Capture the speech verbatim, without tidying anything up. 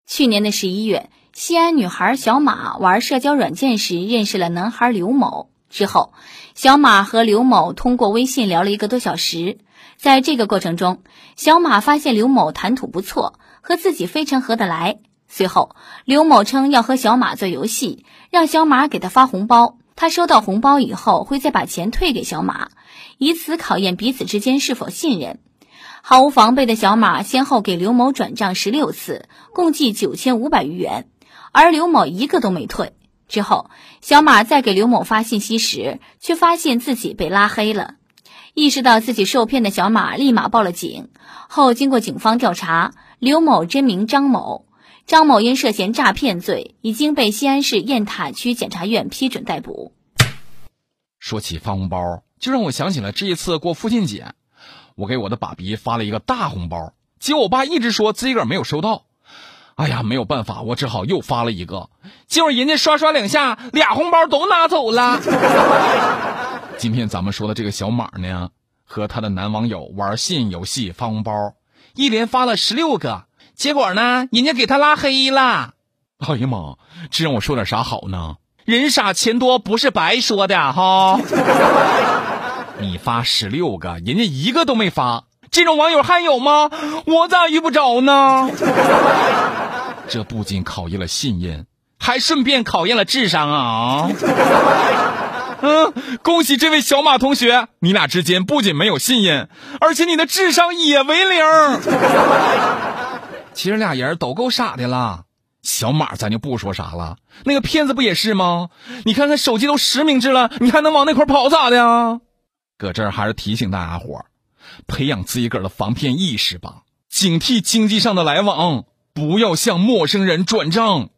去年的十一月，西安女孩小马玩社交软件时认识了男孩刘某，之后小马和刘某通过微信聊了一个多小时。在这个过程中，小马发现刘某谈吐不错，和自己非常合得来。随后刘某称要和小马做游戏，让小马给他发红包，他收到红包以后会再把钱退给小马，以此考验彼此之间是否信任。毫无防备的小马先后给刘某转账十六次，共计九千五百余元，而刘某一个都没退。之后小马再给刘某发信息时，却发现自己被拉黑了。意识到自己受骗的小马立马报了警，后经过警方调查，刘某真名张某，张某因涉嫌诈骗罪已经被西安市雁塔区检察院批准逮捕。 说起发红包，就让我想起了这一次过父亲节，我给我的爸比发了一个大红包，结果我爸一直说自己个儿没有收到。哎呀，没有办法，我只好又发了一个，结果人家刷刷两下，俩红包都拿走了。今天咱们说的这个小马呢，和他的男网友玩信任游戏发红包，一连发了十六个，结果呢，人家给他拉黑了。哎呀妈，这让我说点啥好呢？人傻钱多不是白说的哈。你发十六个，人家一个都没发，这种网友还有吗？我咋遇不着呢？这不仅考验了信任，还顺便考验了智商啊！嗯，恭喜这位小马同学，你俩之间不仅没有信任，而且你的智商也为零。其实俩人都够傻的了。小马咱就不说啥了，那个骗子不也是吗？你看看手机都实名制了，你还能往那块跑咋的呀？搁这儿还是提醒大家伙，培养自己个儿的防骗意识吧，警惕经济上的来往，不要向陌生人转账。